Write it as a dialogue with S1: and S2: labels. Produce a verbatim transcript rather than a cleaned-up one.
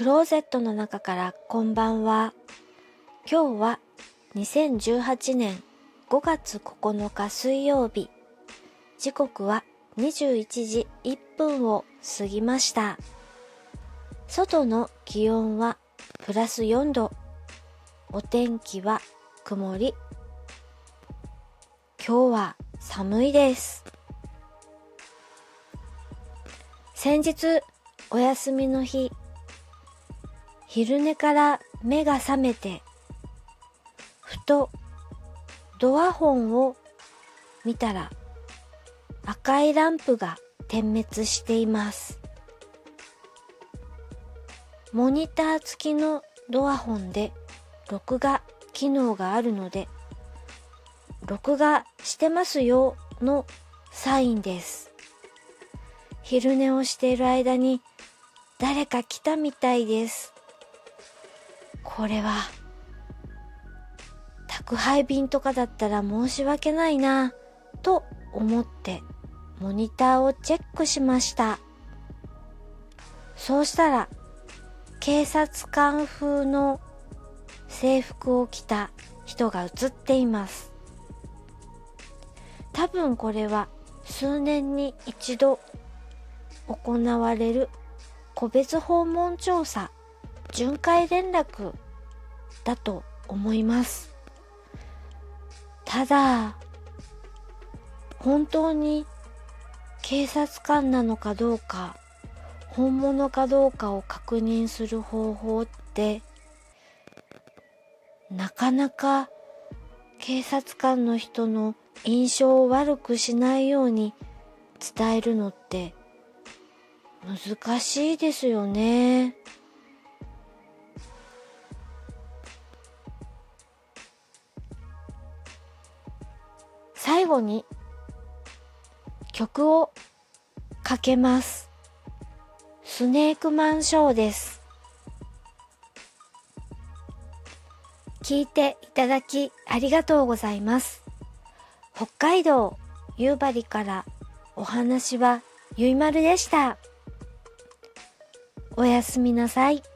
S1: ローゼットの中からこんばんは。今日はにせんじゅうはちねんごがつここのか水曜日。時刻はにじゅういちじいっぷんを過ぎました。外の気温はプラスよんど。お天気は曇り。今日は寒いです。先日お休みの日、昼寝から目が覚めて、ふとドアホンを見たら赤いランプが点滅しています。モニター付きのドアホンで録画機能があるので、録画してますよのサインです。昼寝をしている間に誰か来たみたいです。これは宅配便とかだったら申し訳ないなと思ってモニターをチェックしました。そうしたら警察官風の制服を着た人が映っています。多分これは数年に一度行われる個別訪問調査巡回連絡だと思います。ただ本当に警察官なのかどうか、本物かどうかを確認する方法ってなかなか警察官の人の印象を悪くしないように伝えるのって難しいですよね。最後に曲をかけます。スネークマンショーです。聞いていただきありがとうございます。北海道夕張からお話はゆいまるでした。おやすみなさい。